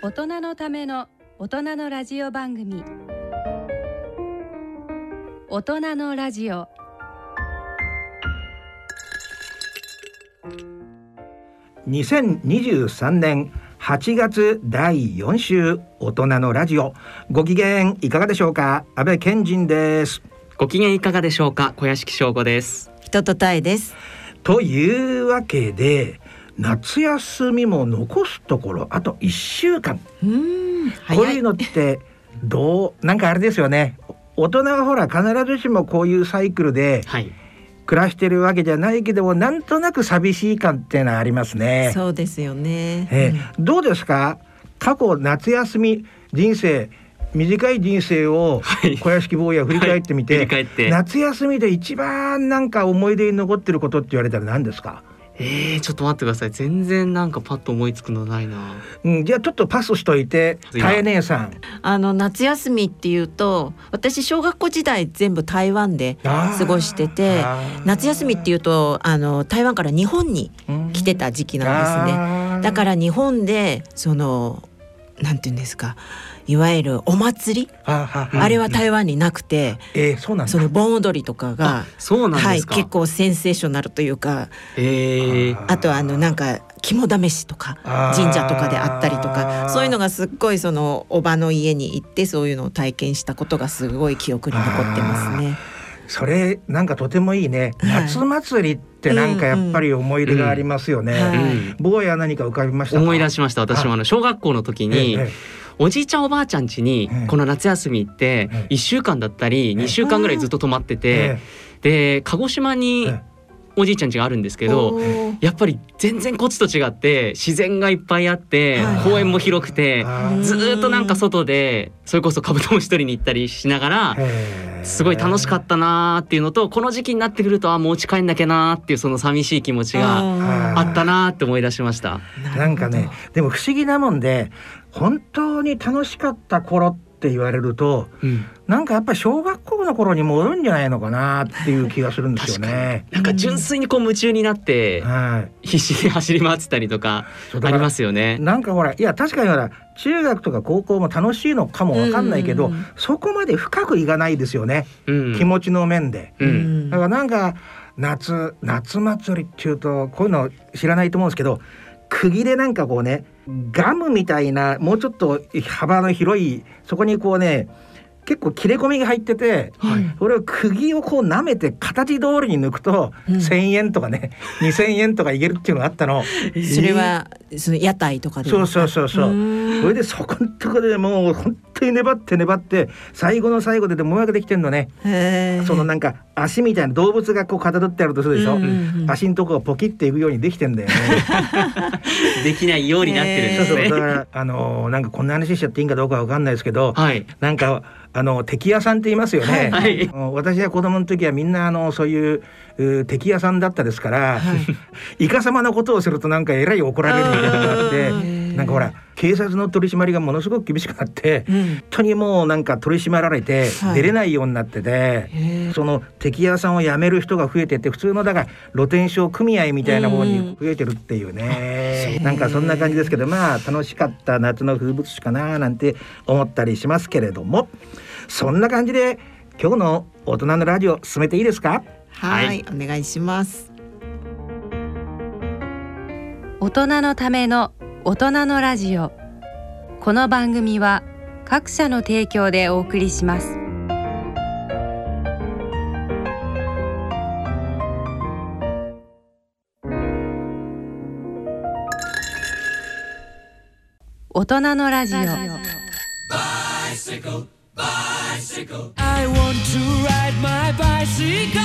大人のための大人のラジオ番組、大人のラジオ。 2023年8月第4週大人のラジオ、ご機嫌いかがでしょうか。安倍健人です。 ご機嫌いかがでしょうか。小屋敷翔吾です。 人とたいです。 というわけで、夏休みも残すところあと1週間。こういうのってなんかあれですよね。大人はほら必ずしもこういうサイクルで暮らしてるわけじゃないけども、なんとなく寂しい感っていうのはありますね。 そうですよね。 どうですか。過去夏休み人生、短い人生を小屋敷坊や振り返ってみて、夏休みで一番なんか思い出に残ってることって言われたら何ですか。 ちょっと待ってください。全然なんかパッと思いつくのないな。 じゃあちょっとパスしといて、たえ姉さん。 夏休みっていうと、私小学校時代全部台湾で過ごしてて、夏休みっていうと台湾から日本に来てた時期なんですね。だから日本でなんていうんですか、いわゆるお祭り、あれは台湾になくて、 そうなんだ。 その盆踊りとかが、 そうなんですか。 結構センセーショナルというか、あとなんか肝試しとか神社とかであったりとか、そういうのがすっごいおばの家に行ってそういうのを体験したことがすごい記憶に残ってますね。 それなんかとてもいいね。夏祭りってなんかやっぱり思い出がありますよね。坊や何か浮かびましたか。 思い出しました。私も小学校の時に、おじいちゃんおばあちゃん家にこの夏休みって1週間だったり2週間ぐらいずっと泊まってて、で鹿児島におじいちゃん家があるんですけど、やっぱり全然こっちと違って自然がいっぱいあって、公園も広くて、ずっとなんか外でそれこそカブトムシ取りに行ったりしながら、すごい楽しかったなーっていうのと、この時期になってくるともう家帰んなきゃなーっていうその寂しい気持ちがあったなーって思い出しました。 なんかね、でも不思議なもんで、本当に楽しかった頃って言われると、なんかやっぱり小学校の頃に戻るんじゃないのかなっていう気がするんですよね。 なんか純粋に夢中になって、必死に走り回ってたりとかありますよね。 なんかほら、いや確かにほら中学とか高校も楽しいのかもわかんないけど、そこまで深くいかないですよね、気持ちの面で。だからなんか夏祭りっていうとこういうの知らないと思うんですけど、釘でなんかこうね、ガムみたいなもうちょっと幅の広い、そこにこうね結構切れ込みが入ってて、それを釘をこう舐めて形通りに抜くと1000円とかね、2000円とかいけるっていうのがあったの。 それはその屋台とかで。 そうそれでそこのとこでもう本当に粘って最後の最後でもうまくできてんのね。そのなんか足みたいな動物がこうかたどってあるとするでしょ、足のとこがポキっていくようにできてんだよね。 できないようになってるんですね。 だからなんかこんな話しちゃっていいんかどうかわかんないですけど、なんか敵屋さんって言いますよね。私は子供の時はみんなそういう敵屋さんだったですから、イカ様のことをするとなんかえらい怒られるみたいなのがあって、なんかほら警察の取り締まりがものすごく厳しくなって、本当にもうなんか取り締まられて出れないようになってて、その敵屋さんを辞める人が増えてて、普通のだから露天商組合みたいな方に増えてるっていうね、なんかそんな感じですけど、楽しかった夏の風物詩かななんて思ったりしますけれども、そんな感じで今日の大人のラジオ進めていいですか。 はい、お願いします。 大人のための大人のラジオ。この番組は各社の提供でお送りします。大人のラジオ。 I want to ride my bicycle。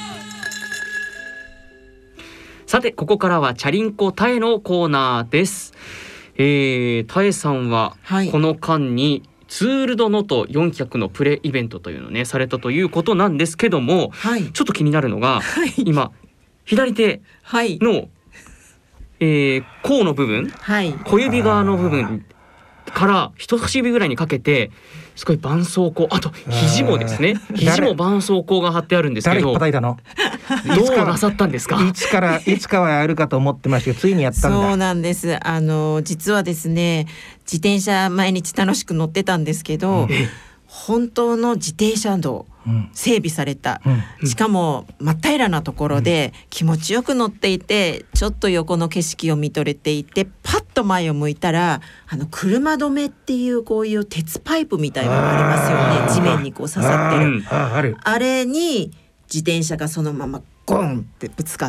さてここからはチャリンコタエのコーナーです。タエさんはこの間にツールドノート400のプレイベントというのをねされたということなんですけども、ちょっと気になるのが、今左手の、甲の部分、小指側の部分から人差し指ぐらいにかけてすごい絆創膏、あと肘もですね、肘も絆創膏が貼ってあるんですけど、 誰叩いたの？ どうなさったんですか？ いつかはやるかと思ってましたけど、ついにやったんだ。 そうなんです。実はですね、自転車毎日楽しく乗ってたんですけど、本当の自転車道、整備された、しかも真っ平らなところで気持ちよく乗っていて、ちょっと横の景色を見とれていて、パッと前を向いたら車止めっていうこういう鉄パイプみたいなのがありますよね。地面にこう刺さってる、あれに自転車がそのままゴンってぶつかって、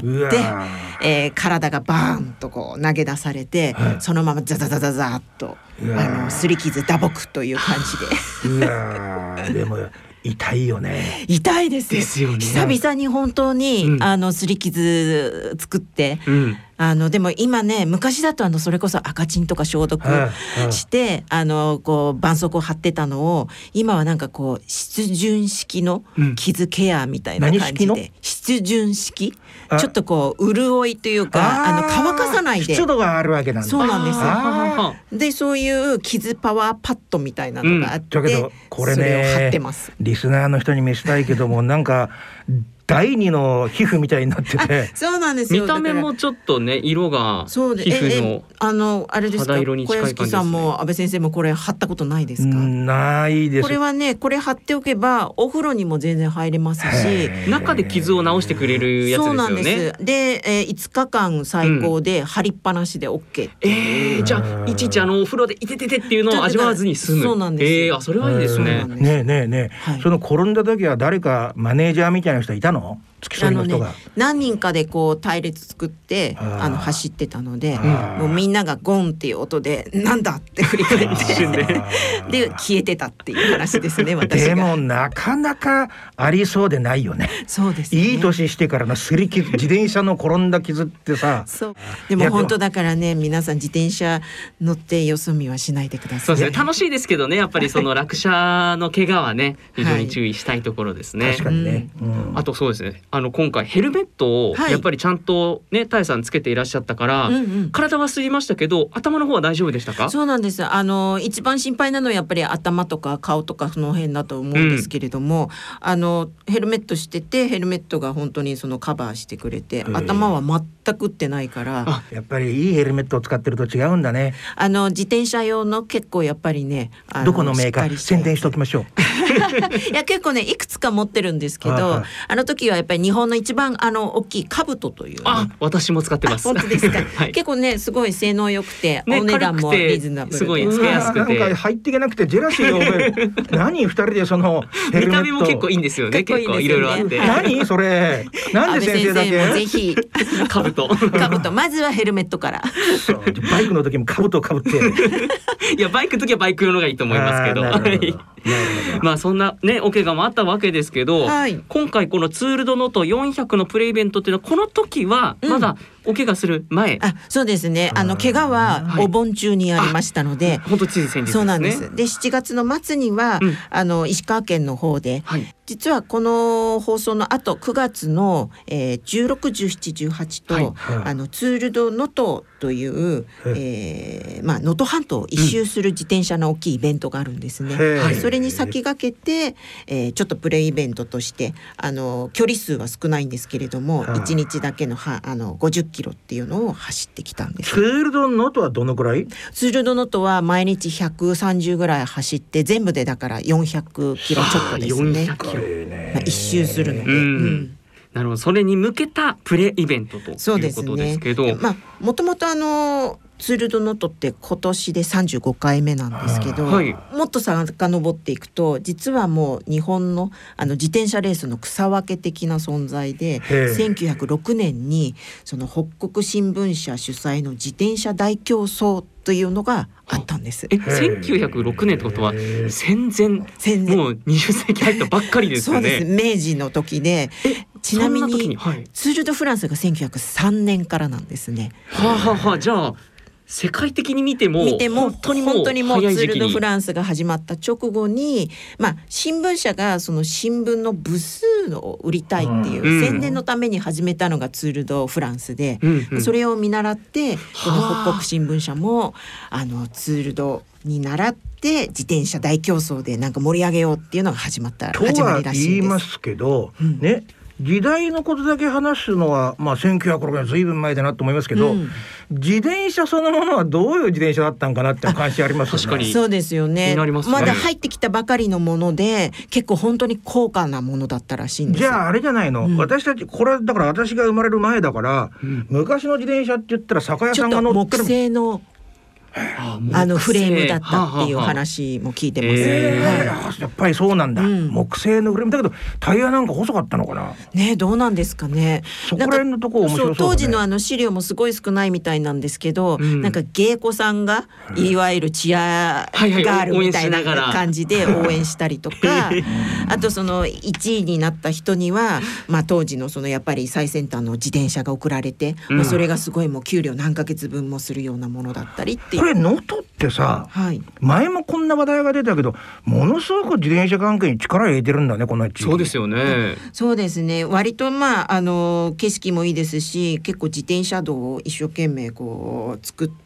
体がバーンとこう投げ出されて、そのままザザザザザっと擦り傷打撲という感じででも痛いよね。 痛いですよね。 久々に本当に、擦り傷作って、でも今ね、昔だとそれこそ赤チンとか消毒して、こう絆創膏を貼ってたのを、今はなんかこう湿潤式の傷ケアみたいな感じで、湿潤式、ちょっとこう潤いというか乾かさないで湿度があるわけなんだ。 そうなんですよ。でそういう傷パワーパッドみたいなのがあって、 だけどこれね、 それを貼ってます。 リスナーの人に見せたいけども、なんか第二の皮膚みたいになっててそうなんですよ。 見た目もちょっとね、色が皮膚のあれですか、 肌色に近い感じですね。 小屋敷さんも安倍先生もこれ貼ったことないですか？ ないです。 これはね、これ貼っておけばお風呂にも全然入れますし、 中で傷を治してくれるやつですよね。 そうなんです。で、5日間最高で貼りっぱなしで OK。 じゃあいちいちお風呂でいてててっていうのを味わわずに済む。 そうなんです。 それはいいですね。 ねえ、その転んだ時は誰かマネージャーみたいな人いたの？付き添いの人が何人かでこう隊列作って走ってたので、もうみんながゴンっていう音でなんだって振り返ってで消えてたっていう話ですね。私がでもなかなかありそうでないよね。 そうですね。 いい年してからの擦り傷、自転車の転んだ傷ってさ。 そう。でも本当だからね、皆さん自転車乗ってよそ見はしないでください。 そうですね。楽しいですけどね、やっぱりその落車の怪我はね、非常に注意したいところですね。 確かにね。 あとそうですね。今回ヘルメットをやっぱりちゃんとね、タイさんつけていらっしゃったから、体はすりましたけど頭の方は大丈夫でしたか？ そうなんです。一番心配なのはやっぱり頭とか顔とかその辺だと思うんですけれども、ヘルメットしてて、ヘルメットが本当にそのカバーしてくれて、頭は全く打ってないから。 やっぱりいいヘルメットを使ってると違うんだね。 自転車用の結構やっぱりね、 どこのメーカー宣伝しておきましょう。 いや結構ね、いくつか持ってるんですけど、時はやっぱり日本の一番大きい兜という、ね、 私も使ってます。 本当ですか？結構ね、すごい性能良くて、お値段もリーズナブルで、 すごいつけやすくて、 なんか入っていけなくてジェラシーを覚える。何2人でそのヘルメット、 見た目も結構いいんですよね。結構いろいろあって、 何それ、なんで先生だけぜひ兜まずはヘルメットから。 バイクの時も兜をかぶって。 いやバイクの時はバイク用のがいいと思いますけど。まあそんなねお怪我もあったわけですけど、今回このツール・ド・ノート400のプレイベントっていうのはこの時はまだお怪我する前、 そうですね。怪我はお盆中にありましたので、 本当つい先日ですね。 そうなんです。で7月の末には、石川県の方で、実はこの放送の後9月の、16、17、18と、ツール・ド・ノートという、能登半島を一周する自転車の大きいイベントがあるんですね。それに先駆けて、ちょっとプレイベントとして距離数は少ないんですけれども、1日だけの50キロっていうのを走ってきたんです。 ツール・ド・ノートはどのくらい？ ツール・ド・ノートは毎日130ぐらい走って、全部でだから400キロちょっとですね。一周するので。 なるほど。それに向けたプレイベントということですけど、 もともとツール・ド・ノートって今年で35回目なんですけど、もっと遡っていくと、実はもう日本の自転車レースの草分け的な存在で、1906年にその北国新聞社主催の自転車大競争というのがあったんです。 1906年ってことは戦前もう20世紀入ったばっかりですよね。 そうです。明治の時で、ちなみにツール・ド・フランスが1903年からなんですね。 じゃあ世界的に見ても本当にもうツール・ド・フランスが始まった直後に、新聞社がその新聞の部数を売りたいっていう宣伝のために始めたのがツール・ド・フランスで、それを見習ってこの北国新聞社もツール・ドに習って自転車大競争でなんか盛り上げようっていうのが始まりらしいんです。 とは言いますけど、ね、 時代のことだけ話すのは、1906年ずいぶん前だなと思いますけど、自転車そのものはどういう自転車だったんかなって関心ありますよね。 確かにそうですよね。 まだ入ってきたばかりのもので結構本当に高価なものだったらしいんですよ。 じゃああれじゃないの、私たちこれだから私が生まれる前だから、昔の自転車って言ったら酒屋さんが乗ってる木製のフレームだったっていう話も聞いてます。 やっぱりそうなんだ、木製のフレームだけどタイヤなんか細かったのかなね。どうなんですかね。 そこら辺のとこ面白そうだね。 当時の資料もすごい少ないみたいなんですけど、なんか芸妓さんがいわゆるチアガールみたいな感じで応援したりとかあとその1位になった人には、当時のそのやっぱり最先端の自転車が送られて、それがすごいもう給料何ヶ月分もするようなものだったりっていう。 これ能登ってさ、前もこんな話題が出たけどものすごく自転車関係に力入れてるんだね、この地域。 そうですよね。 そうですね。割と景色もいいですし、結構自転車道を一生懸命こう作って、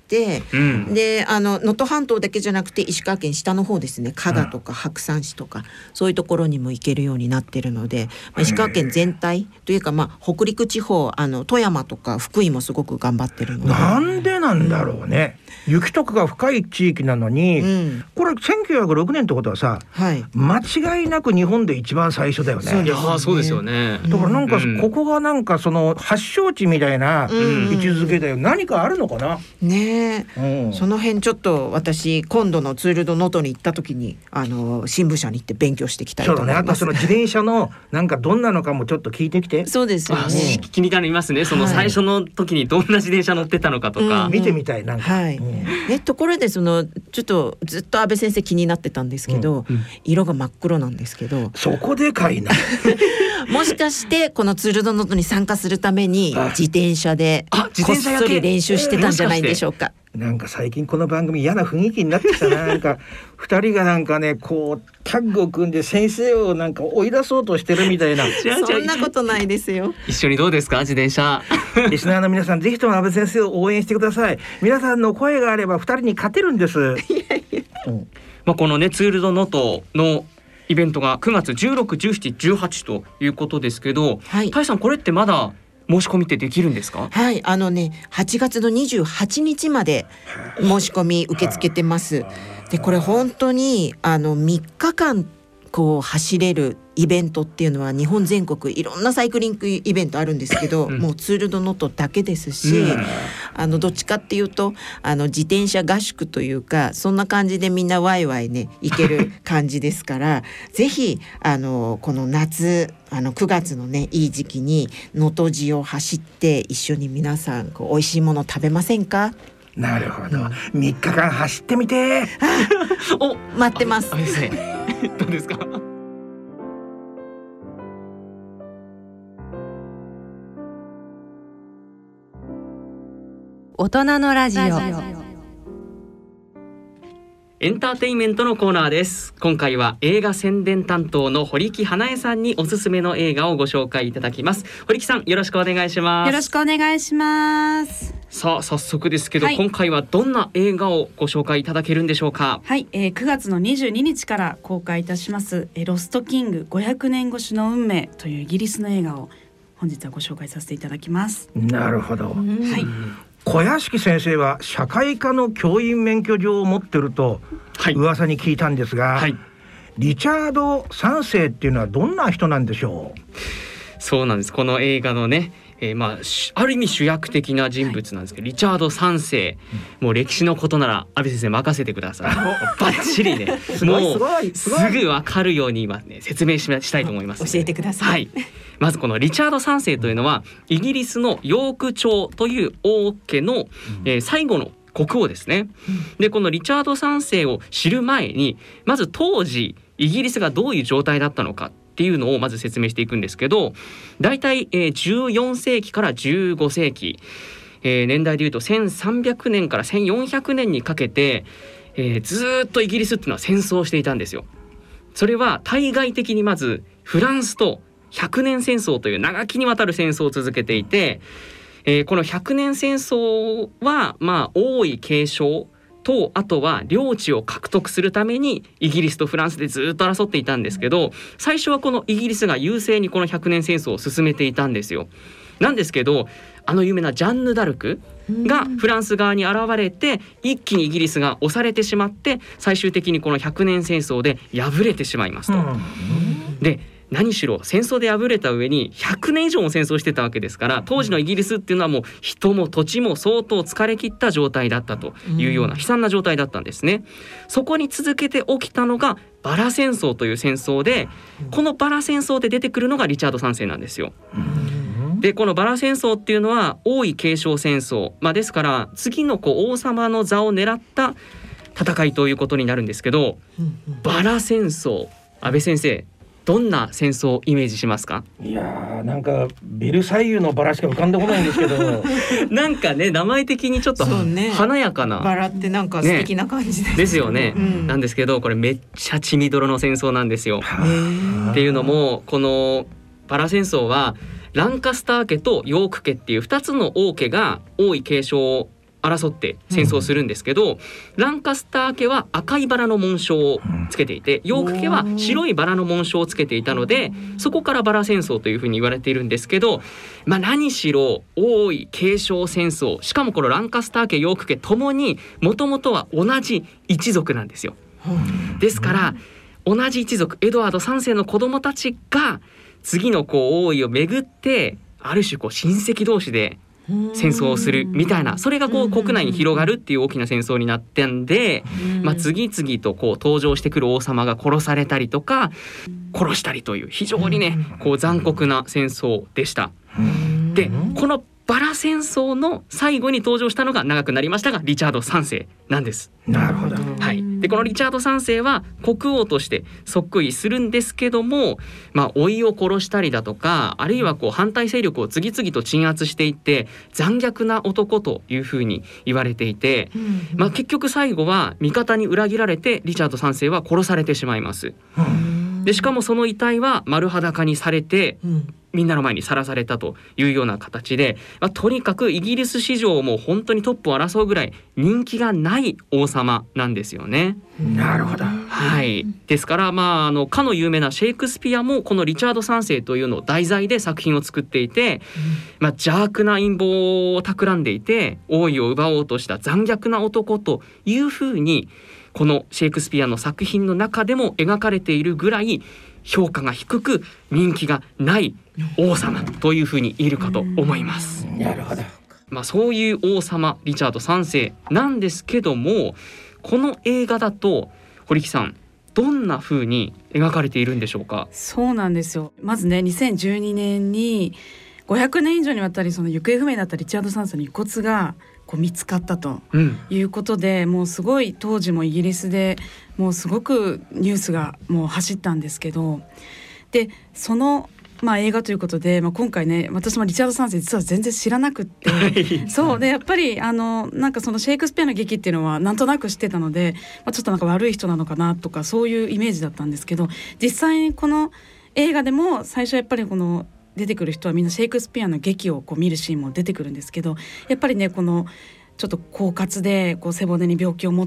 で能登半島だけじゃなくて石川県下の方ですね、加賀とか白山市とか、そういうところにも行けるようになってるので、石川県全体というか、北陸地方富山とか福井もすごく頑張ってるので。 なんでなんだろうね、雪とかが深い地域なのに、これ1906年ってことはさ、間違いなく日本で一番最初だよね。 いやそうですよね。 だからなんかここがなんかその発祥地みたいな位置づけだよ。何かあるのかなね。その辺ちょっと私今度のツール・ド・能登に行った時に新聞社に行って勉強してきたいと思います。 そうだね。あとその自転車のなんかどんなのかもちょっと聞いてきて。 そうですよね。 気になりますね。その最初の時にどんな自転車乗ってたのかとか、 見てみたい。なんか、 ところでちょっとずっと安倍先生気になってたんですけど、色が真っ黒なんですけど、 そこでかいなもしかしてこのツール・ド・ノートに参加するために自転車でこっそり練習してたんじゃないでしょうか。 なんか最近この番組嫌な雰囲気になってきたな。なんか2人がなんかねこうタッグを組んで先生をなんか追い出そうとしてるみたいなそんなことないですよ。 一緒にどうですか自転車リスナーの皆さんぜひとも安倍先生を応援してください。皆さんの声があれば2人に勝てるんです。 このねツール・ド・能登のイベントが9月16、17、18ということですけど、タイさんこれってまだ申し込みってできるんですか ？8月の28日まで申し込み受け付けてます。でこれ本当に3日間こう走れるイベントっていうのは日本全国いろんなサイクリングイベントあるんですけど、もうツール・ド・ノートだけですし、どっちかっていうと自転車合宿というかそんな感じでみんなワイワイね行ける感じですからぜひこの夏9月のねいい時期に能登路を走って一緒に皆さんこう美味しいもの食べませんか？ なるほど、3日間走ってみてお待ってます。 どうですか？ 大人のラジオ。 エンターテインメントのコーナーです。今回は映画宣伝担当の堀木花江さんにおすすめの映画をご紹介いただきます。堀木さんよろしくお願いします。 よろしくお願いします。 さあ早速ですけど、今回はどんな映画をご紹介いただけるんでしょうか？ はい、9月の22日から公開いたしますロストキング500年越しの運命というイギリスの映画を本日はご紹介させていただきます。 なるほど。小屋敷先生は社会科の教員免許状を持ってると噂に聞いたんですが、リチャード3世っていうのはどんな人なんでしょう？ そうなんです。この映画のね、ある意味主役的な人物なんですけど、リチャード3世、もう歴史のことなら安倍先生任せてください。バッチリねもうすぐ分かるように今ね説明したいと思います、 教えてください。 まずこのリチャード3世というのはイギリスのヨーク朝という王家の、最後の国王ですね。でこのリチャード3世を知る前にまず当時イギリスがどういう状態だったのかっていうのをまず説明していくんですけど、だいたい14世紀から15世紀、年代でいうと1300年から1400年にかけて、ずっとイギリスっていうのは戦争をしていたんですよ。それは対外的にまずフランスと100年戦争という長きにわたる戦争を続けていて、この100年戦争は王位継承とあとは領地を獲得するためにイギリスとフランスでずっと争っていたんですけど、最初はこのイギリスが優勢にこの100年戦争を進めていたんですよ。なんですけど有名なジャンヌ・ダルクがフランス側に現れて一気にイギリスが押されてしまって最終的にこの100年戦争で敗れてしまいますと。で何しろ戦争で敗れた上に100年以上も戦争してたわけですから、当時のイギリスっていうのはもう人も土地も相当疲れ切った状態だったというような悲惨な状態だったんですね。そこに続けて起きたのがバラ戦争という戦争で、このバラ戦争で出てくるのがリチャード3世なんですよ。でこのバラ戦争っていうのは王位継承戦争、ですから次の王様の座を狙った戦いということになるんですけど、バラ戦争、安倍先生どんな戦争をイメージしますか？ いやーなんかベルサイユのバラしか浮かんでこないんですけどなんかね名前的にちょっと華やかな、 バラってなんか素敵な感じですよね、なんですけどこれめっちゃ血みどろの戦争なんですよ。っていうのもこのバラ戦争はランカスター家とヨーク家っていう2つの王家が王位継承を争って戦争するんですけど、ランカスター家は赤いバラの紋章をつけていて、ヨーク家は白いバラの紋章をつけていたので、そこからバラ戦争というふうに言われているんですけど、何しろ王位継承戦争、しかもこのランカスター家ヨーク家ともにもともとは同じ一族なんですよ。ですから同じ一族エドワード3世の子供たちが次の王位をめぐってある種親戚同士で戦争をするみたいな、それが国内に広がるっていう大きな戦争になってんで、次々と登場してくる王様が殺されたりとか殺したりという非常にね残酷な戦争でした。でこのバラ戦争の最後に登場したのが長くなりましたがリチャード3世なんです。 なるほど、 はい、でこのリチャード3世は国王として即位するんですけども、甥いを殺したりだとかあるいは反対勢力を次々と鎮圧していって残虐な男というふうに言われていて、結局最後は味方に裏切られてリチャード3世は殺されてしまいます。でしかもその遺体は丸裸にされて、みんなの前にさらされたというような形で、とにかくイギリス史上も本当にトップを争うぐらい人気がない王様なんですよね。 なるほど、 はい、ですからかの有名なシェイクスピアもこのリチャード3世というのを題材で作品を作っていて、邪悪な陰謀を企んでいて王位を奪おうとした残虐な男というふうにこのシェイクスピアの作品の中でも描かれているぐらい評価が低く人気がない王様というふうに言えるかと思います。 なるほど、 そういう王様リチャード3世なんですけども、この映画だと堀木さんどんな風に描かれているんでしょうか？ そうなんですよ。まずね2012年に500年以上にわたりその行方不明だったリチャード3世の遺骨が見つかったということで、もうすごい当時もイギリスでもうすごくニュースがもう走ったんですけど、でその映画ということで、今回ね私もリチャード3世実は全然知らなくって、そうでやっぱりなんかそのシェイクスピアの劇っていうのはなんとなく知ってたので、ちょっとなんか悪い人なのかなとかそういうイメージだったんですけど、実際にこの映画でも最初やっぱりこの出てくる人はみんなシェイクスピアの劇を見るシーンも出てくるんですけど、やっぱりねこのちょっと狡猾で背骨に病気を持った、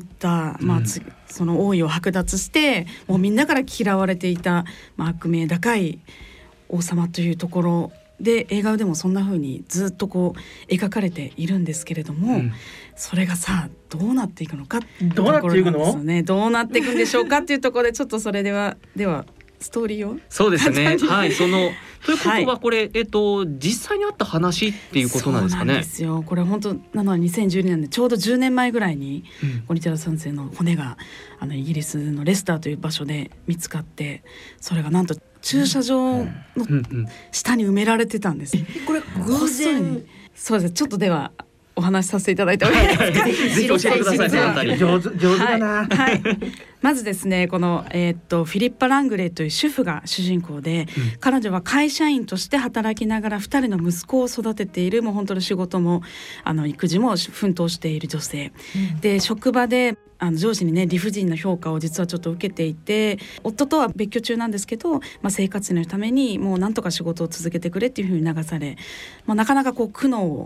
その王位を剥奪してもうみんなから嫌われていた、悪名高い王様というところで映画でもそんな風にずっと描かれているんですけれども、それがさどうなっていくのかどうなっていくの？ どうなっていくんでしょうかっていうところでちょっとそれではストーリーをそうですねはいということはこれ、実際にあった話っていうことなんですかね？ そうなんですよ。これ本当なのは2012年でちょうど10年前ぐらいに、リチャード3世の骨がイギリスのレスターという場所で見つかって、それがなんと駐車場の下に埋められてたんです。 これ偶然そうです。ちょっとではお話しさせていただいてもいいですか？ ぜひ教えてください。 上手だな。 まずですねこの、フィリッパ・ラングレーという主婦が主人公で、彼女は会社員として働きながら2人の息子を育てている、もう本当の仕事も育児も奮闘している女性、で職場で上司にね理不尽な評価を実はちょっと受けていて、夫とは別居中なんですけど、生活のためにもうなんとか仕事を続けてくれっていうふうに流され、なかなか苦悩を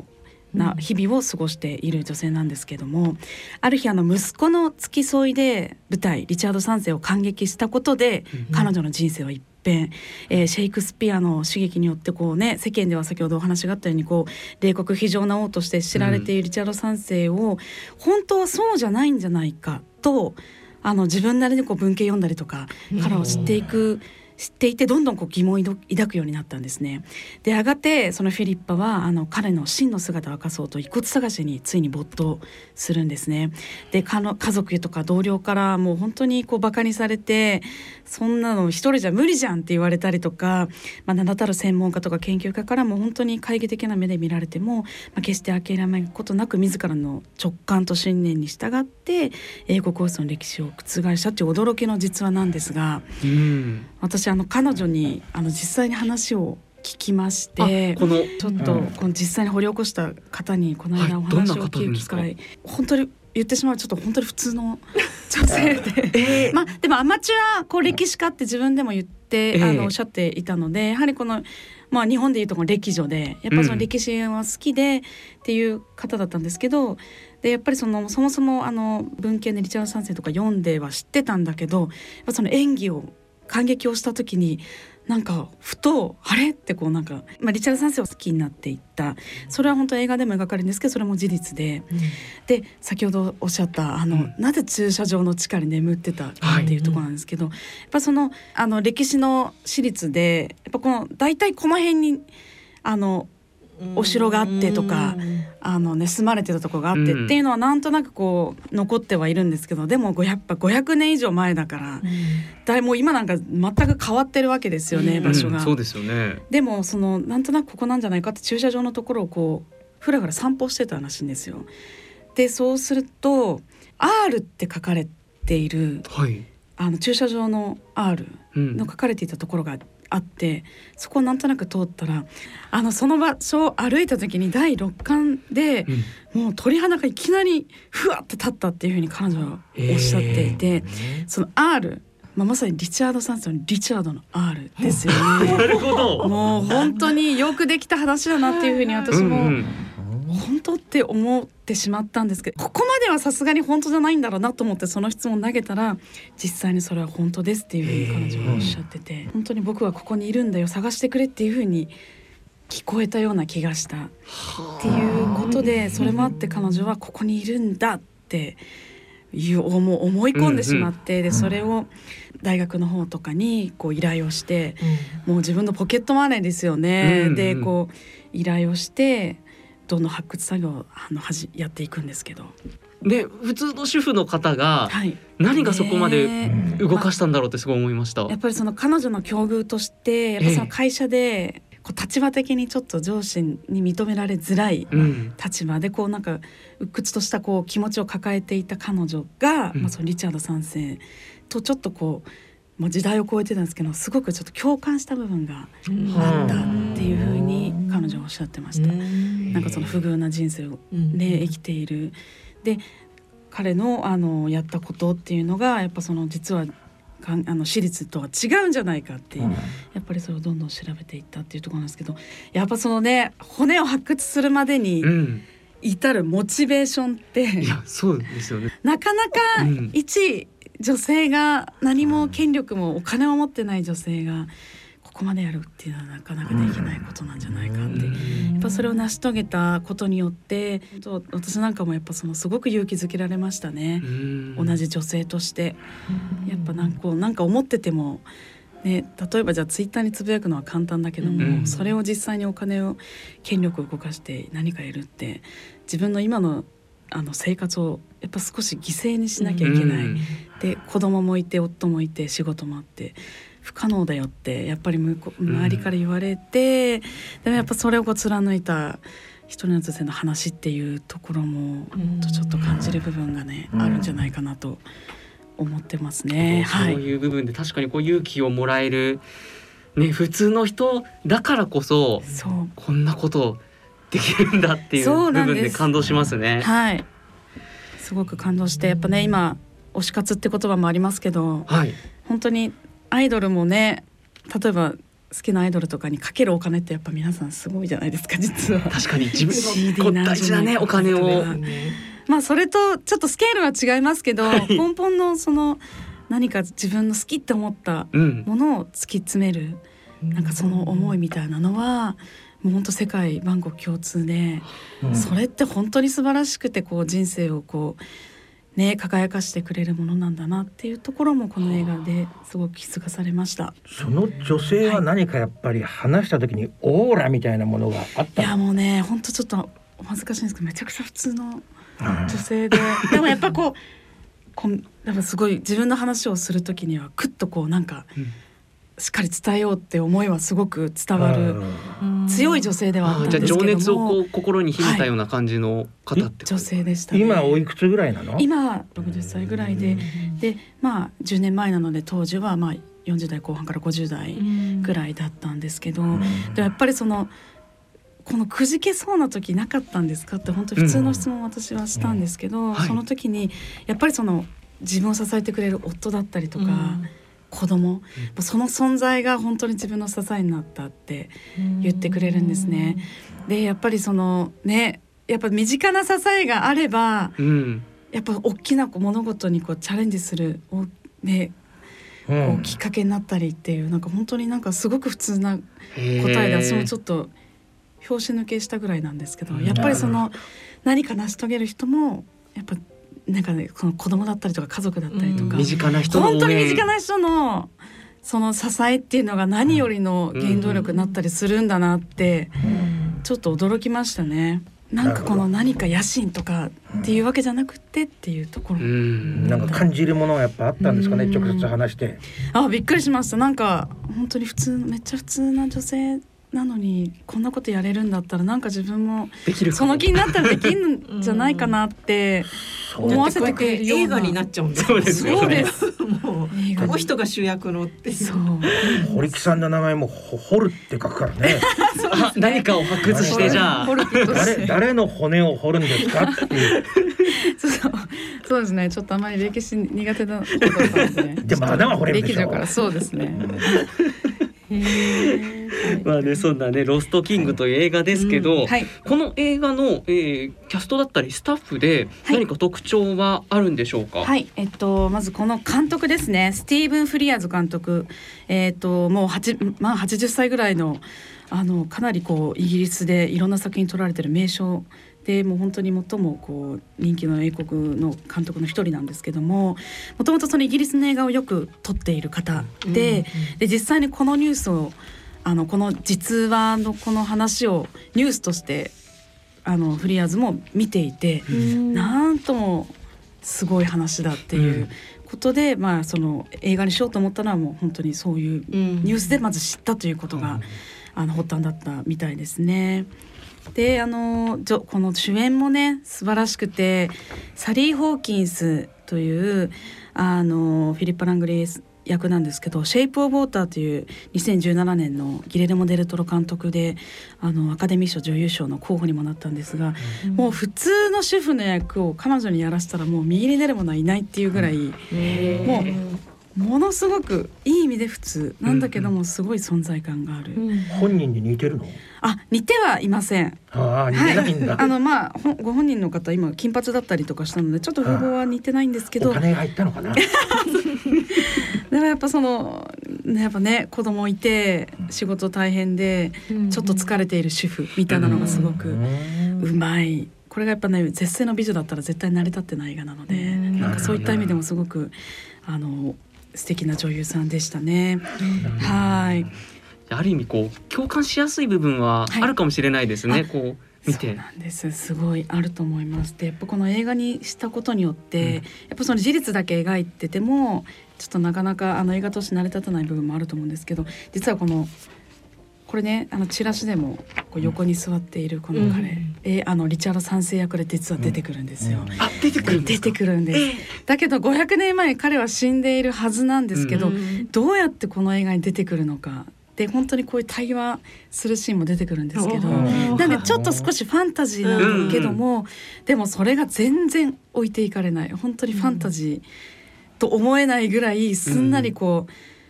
な日々を過ごしている女性なんですけども、ある日息子の付き添いで舞台リチャード3世を感激したことで、彼女の人生は一変、シェイクスピアの刺激によってこうね、世間では先ほどお話があったようにこう冷酷非情な王として知られているリチャード3世を、本当はそうじゃないんじゃないかと自分なりにこう文献読んだりとか彼を知っていて、どんどんこう疑問を抱くようになったんですね。でやがてそのフィリッパは彼の真の姿を明かそうと遺骨探しについに没頭するんですね。で家族とか同僚からもう本当にこうバカにされて、そんなの一人じゃ無理じゃんって言われたりとか、名だたる専門家とか研究家からも本当に懐疑的な目で見られても、決して諦めることなく自らの直感と信念に従って英国王室の歴史を覆したという驚きの実話なんですが、私彼女に実際に話を聞きまして、ちょっとこの実際に掘り起こした方にこの間お話を聞く機会、本当に言ってしまうちょっと本当に普通の女性ででもアマチュアこう歴史家って自分でも言って、おっしゃっていたので、やはりこの日本でいうとこの歴女でやっぱその歴史は好きでっていう方だったんですけど、でやっぱりそもそも文献でリチャード3世とか読んでは知ってたんだけど、やっぱその演技を感激をした時になんかふとあれってこうなんか、リチャード3世を好きになっていった。それは本当映画でも描かれるんですけど、それも事実で、で先ほどおっしゃったなぜ駐車場の地下に眠ってたかっていうところなんですけど、やっぱその歴史の史実でやっぱこの大体この辺にお城があってとか住まれてたところがあってっていうのはなんとなくこう残ってはいるんですけど、でもやっぱ500年以上前だから、もう今なんか全く変わってるわけですよね、場所が。 そうですよね。 でもなんとなくここなんじゃないかって駐車場のところをこうふらふら散歩してたらしいんですよ。でそうすると R って書かれている、駐車場の R の書かれていたところがあって、そこをなんとなく通ったらその場所を歩いた時に第6巻で、もう鳥肌がいきなりふわって立ったっていうふうに彼女はおっしゃっていて、その R、まさにリチャード3世のリチャードの R ですよね。 なるほど。 もう本当によくできた話だなっていうふうに私も本当って思ってしまったんですけど、ここまではさすがに本当じゃないんだろうなと思ってその質問投げたら、実際にそれは本当ですっていうふうに彼女はおっしゃってて、本当に僕はここにいるんだよ、探してくれっていうふうに聞こえたような気がしたっていうことで、それもあって彼女はここにいるんだってもう思い込んでしまって、でそれを大学の方とかにこう依頼をして、もう自分のポケットマネーですよね、でこう依頼をしてどんどん発掘作業をやっていくんですけど、 で普通の主婦の方が何がそこまで動かしたんだろうってすごい思いました。 やっぱりその彼女の境遇としてやっぱその会社でこう立場的にちょっと上司に認められづらい立場でこうなんか鬱屈としたこう気持ちを抱えていた彼女が、そのリチャード3世とちょっとこうもう時代を超えてたんですけど、すごくちょっと共感した部分があったっていうふうに彼女はおっしゃってました。なんかその不遇な人生を、生きている。で彼のやったことっていうのがやっぱその実は私立とは違うんじゃないかっていう、やっぱりそれをどんどん調べていったっていうところなんですけど、やっぱそのね骨を発掘するまでに至るモチベーションって、 いやそうですよね、 なかなか一女性が何も権力もお金を持ってない女性がここまでやるっていうのはなかなかできないことなんじゃないかって、やっぱそれを成し遂げたことによって私なんかもやっぱすごく勇気づけられましたね。同じ女性としてやっぱなんか思っててもね、例えばじゃあツイッターにつぶやくのは簡単だけども、それを実際にお金を権力を動かして何かやるって自分の今の生活をやっぱ少し犠牲にしなきゃいけない、で子供もいて夫もいて仕事もあって不可能だよってやっぱり周りから言われて、でもやっぱそれを貫いた一人の女性の話っていうところもちょっと感じる部分がね、あるんじゃないかなと思ってますね。 そういう部分で確かにこう勇気をもらえる、ね、普通の人だからこそこんなことできるんだっていう部分で感動しますね。 はい、すごく感動して、やっぱね今推し活って言葉もありますけど、本当にアイドルもね、例えば好きなアイドルとかにかけるお金ってやっぱ皆さんすごいじゃないですか実は。 確かに自分の大事なねお金を、 まあそれとちょっとスケールは違いますけど、根本のその何か自分の好きって思ったものを突き詰める、なんかその思いみたいなのはもう本当世界万国共通で、それって本当に素晴らしくてこう人生をこうね、輝かしてくれるものなんだなっていうところもこの映画ですごく気づかされました。 その女性は何かやっぱり話した時にオーラみたいなものがあった。 いやもうね本当ちょっとお恥ずかしいんですけどめちゃくちゃ普通の女性ででもやっぱこうやっぱすごい自分の話をする時にはクッとこうなんか、しっかり伝えようって思いはすごく伝わる強い女性ではあったんですけども、 じゃあ情熱をこう心に秘めたような感じの方って、 女性でしたね。 今おいくつぐらいなの？ 今60歳ぐらいで、まあ10年前なので当時はまあ40代後半から50代ぐらいだったんですけど、でやっぱりこのくじけそうな時なかったんですかって本当に普通の質問を私はしたんですけど、その時にやっぱり自分を支えてくれる夫だったりとか、子供、その存在が本当に自分の支えになったって言ってくれるんですね。でやっぱりやっぱ身近な支えがあれば、やっぱ大きな物事にこうチャレンジするこうきっかけになったりっていう、なんか本当になんかすごく普通な答えで、私もちょっと拍子抜けしたぐらいなんですけど、やっぱり何か成し遂げる人もやっぱなんかね、この子供だったりとか家族だったりとか、 身近な人の応援、 本当に身近な人のその支えっていうのが何よりの原動力になったりするんだなってちょっと驚きましたね。なんか何か野心とかっていうわけじゃなくてっていうところ、 なんか感じるものはやっぱあったんですかね、直接話して。 びっくりしました。なんか本当にめっちゃ普通な女性なのにこんなことやれるんだったらなんか自分もその気になったらできるんじゃないかなって思わせてくれるような映画になっちゃうんです。 そうですよね。 もうこの人が主役のっていう。 堀木さんの名前も掘るって書くからね。 何かを発掘してじゃあ誰の骨を掘るんですかっていう。 そうですね。ちょっとあまり歴史苦手なことだったので。 でも穴は掘れるでしょ。 歴女からそうですね。 まあね、そんなねロストキングという映画ですけど、この映画の、キャストだったりスタッフで何か特徴はあるんでしょうか？ まずこの監督ですね、スティーブン・フリアーズ監督、もう80歳ぐらいのかなりイギリスでいろんな作品撮られてる名将で、もう本当に最も人気の英国の監督の一人なんですけども、もともとそのイギリスの映画をよく撮っている方で、実際にこのニュースをこの実話のこの話をニュースとしてフリアーズも見ていて、なんともすごい話だっていうことで、その映画にしようと思ったのはもう本当にそういうニュースでまず知ったということが発端だったみたいですね。でこの主演もね素晴らしくて、サリー・ホーキンスというフィリッパ・ラングレー役なんですけど、シェイプ・オブ・ウォーターという2017年のギレルモ・デルトロ監督でアカデミー賞女優賞の候補にもなったんですが、もう普通の主婦の役を彼女にやらせたらもう右に出る者はいないっていうぐらい、ものすごくいい意味で普通なんだけどもすごい存在感がある。 本人に似てるの？ 似てはいません。 似てないんだ。 ご本人の方今金髪だったりとかしたのでちょっと風貌は似てないんですけど、 お金が入ったのかな。 でもやっぱやっぱね子供いて仕事大変でちょっと疲れている主婦みたいなのがすごくうまい。これがやっぱね絶世の美女だったら絶対成り立ってない映画なので、なんかそういった意味でもすごく素敵な女優さんでしたね。 ある意味共感しやすい部分はあるかもしれないですね。見て。 そうなんです。すごいあると思います。でやっぱこの映画にしたことによって、やっぱその事実だけ描いててもちょっとなかなか映画として成り立たない部分もあると思うんですけど、実はこれねチラシでも横に座っているこの彼、リチャード3世役で実は出てくるんですよ。出てくるんです。だけど500年前彼は死んでいるはずなんですけど、どうやってこの映画に出てくるのかで本当にこういう対話するシーンも出てくるんですけど、なんでちょっと少しファンタジーなんだけども、でもそれが全然置いていかれない、本当にファンタジーと思えないぐらいすんなり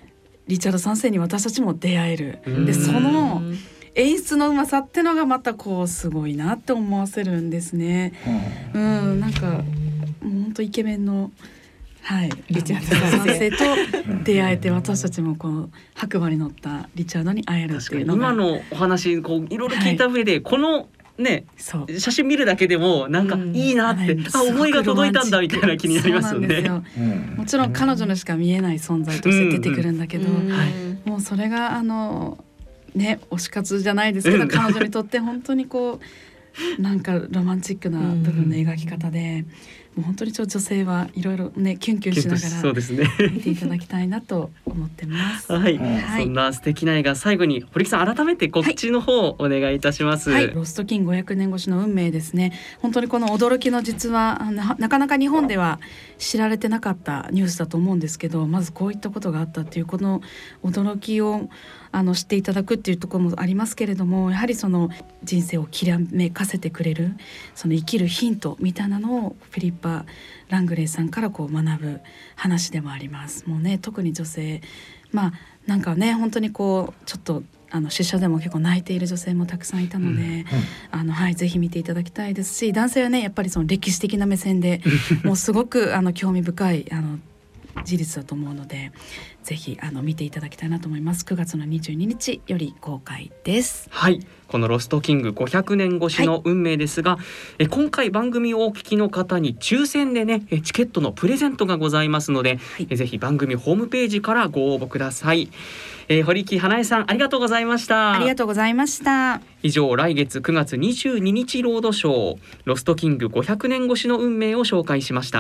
リチャード3世に私たちも出会える。でその演出のうまさってのがまたこうすごいなって思わせるんですね。なんかもう本当イケメンの、リチャード3世と出会えて、私たちもこう白馬に乗ったリチャードに会えるっていうのが、 今のお話こういろいろ聞いた上で、このね、写真見るだけでもなんかいいなって、思いが届いたんだみたいな気になりますよね。 もちろん彼女にしか見えない存在として出てくるんだけど、もうそれが推し活じゃないですけど、彼女にとって本当にこうなんかロマンチックな部分の描き方で、もう本当に女性はいろいろねキュンキュンしながら見ていただきたいなと思ってます。 そんな素敵な映画、最後に堀木さん改めて告知の方お願いいたします。 ロストキング500年越しの運命ですね。本当にこの驚きの実話、なかなか日本では知られてなかったニュースだと思うんですけど、まずこういったことがあったっていうこの驚きを知っていただくっていうところもありますけれども、やはりその人生をきらめかせてくれるその生きるヒントみたいなのをフィリッパ・ラングレーさんからこう学ぶ話でもあります。もうね、特に女性、なんかね本当にこうちょっと出社でも結構泣いている女性もたくさんいたので、ぜひ見ていただきたいですし、男性はねやっぱりその歴史的な目線でもうすごく興味深い事実だと思うので、ぜひ見ていただきたいなと思います。9月の22日より公開です。 このロストキング500年越しの運命ですが、今回番組をお聞きの方に抽選でねチケットのプレゼントがございますので、ぜひ番組ホームページからご応募ください。堀木花江さんありがとうございました。 ありがとうございました。 以上、来月9月22日ロードショーロストキング500年越しの運命を紹介しました。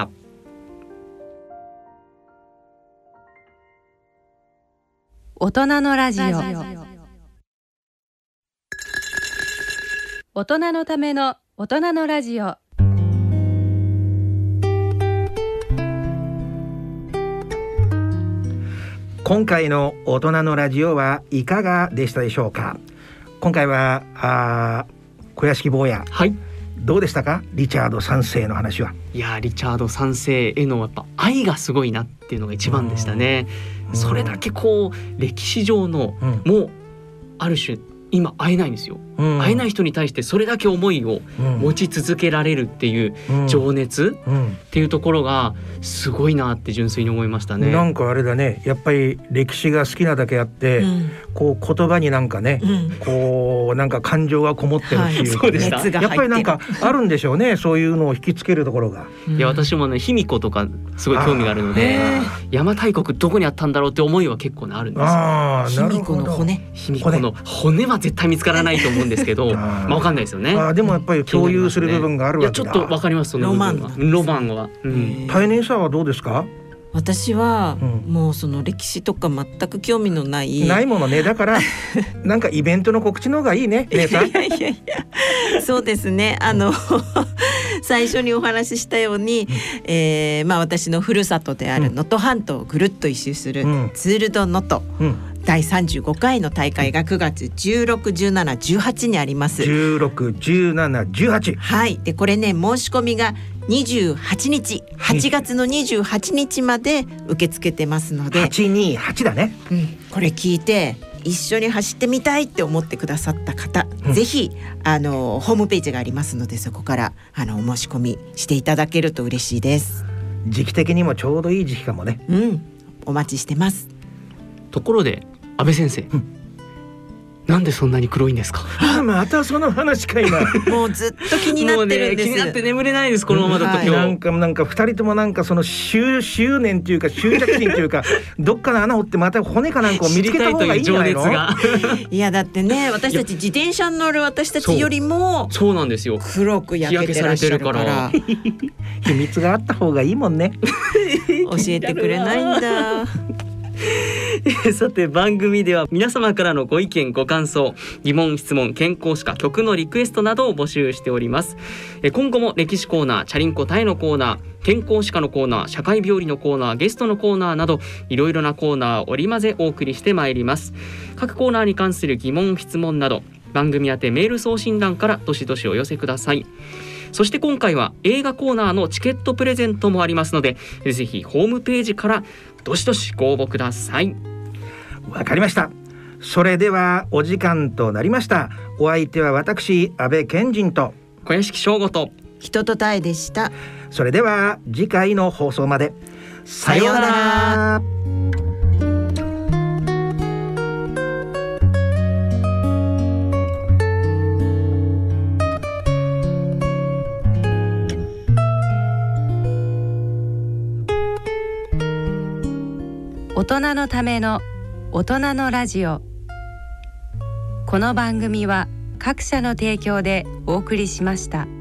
大人のラジオ、大人のための大人のラジオ。 今回の大人のラジオはいかがでしたでしょうか。今回は小屋敷坊や、どうでしたか、リチャード3世の話は。 いや、リチャード3世へのやっぱ愛がすごいなっていうのが一番でしたね。それだけこう歴史上の、もうある種今会えないんですよ、会えない人に対してそれだけ思いを持ち続けられるっていう情熱っていうところがすごいなって純粋に思いましたね。 なんかあれだね、やっぱり歴史が好きなだけあって、こう言葉になんかね、こうなんか感情がこもってるっていう、 そうでした。 やっぱりなんかあるんでしょうねそういうのを引きつけるところが。 いや、私もね卑弥呼とかすごい興味があるので、邪馬台国どこにあったんだろうって思いは結構ねあるんですよ。 卑弥呼の骨、 卑弥呼の骨は絶対見つからないと思うんですけどわかんないですよね。 でもやっぱり共有する部分があるわけだ。 いや、ちょっとわかります。その部分はロマンは。 タイネさんはどうですか。 私はもうその歴史とか全く興味のないものね。だからなんかイベントの告知の方がいいね、姉さん。 いやそうですね、最初にお話ししたように、私のふるさとである能登半島をぐるっと一周するツール・ド・能登、第35回の大会が9月16、17、18にあります。 16、17、18。 はい。でこれね、申し込みが28日、8月の28日まで受け付けてますので、 828だね。 これ聞いて一緒に走ってみたいって思ってくださった方、ぜひホームページがありますので、そこからお申し込みしていただけると嬉しいです。 時期的にもちょうどいい時期かもね。 お待ちしてます。 ところで安倍先生、なんでそんなに黒いんですか。 またその話か今。 もうずっと気になってるんです。 気になって眠れないです、このままだと。今日なんか2人ともなんかその執念というか執着心というかどっかの穴掘ってまた骨かなんかを見つけた方がいいんじゃないの。 いやだってね、私たち自転車に乗る私たちよりもそうなんですよ、 黒く焼けてらっしゃるから秘密があった方がいいもんね。 教えてくれないんだ。 さて、番組では皆様からのご意見ご感想、疑問質問、健康歯科、曲のリクエストなどを募集しております。今後も歴史コーナー、チャリンコタエのコーナー、健康歯科のコーナー、社会病理のコーナー、ゲストのコーナーなどいろいろなコーナーを織り交ぜお送りしてまいります。各コーナーに関する疑問質問など番組宛てメール送信欄からどしどしお寄せください。そして今回は映画コーナーのチケットプレゼントもありますので、ぜひホームページからどしどしご応募ください。 わかりました。それではお時間となりました。お相手は私安倍賢人と小屋敷翔吾と人とたえでした。 それでは次回の放送まで。さようなら。 大人のための大人のラジオ。この番組は各社の提供でお送りしました。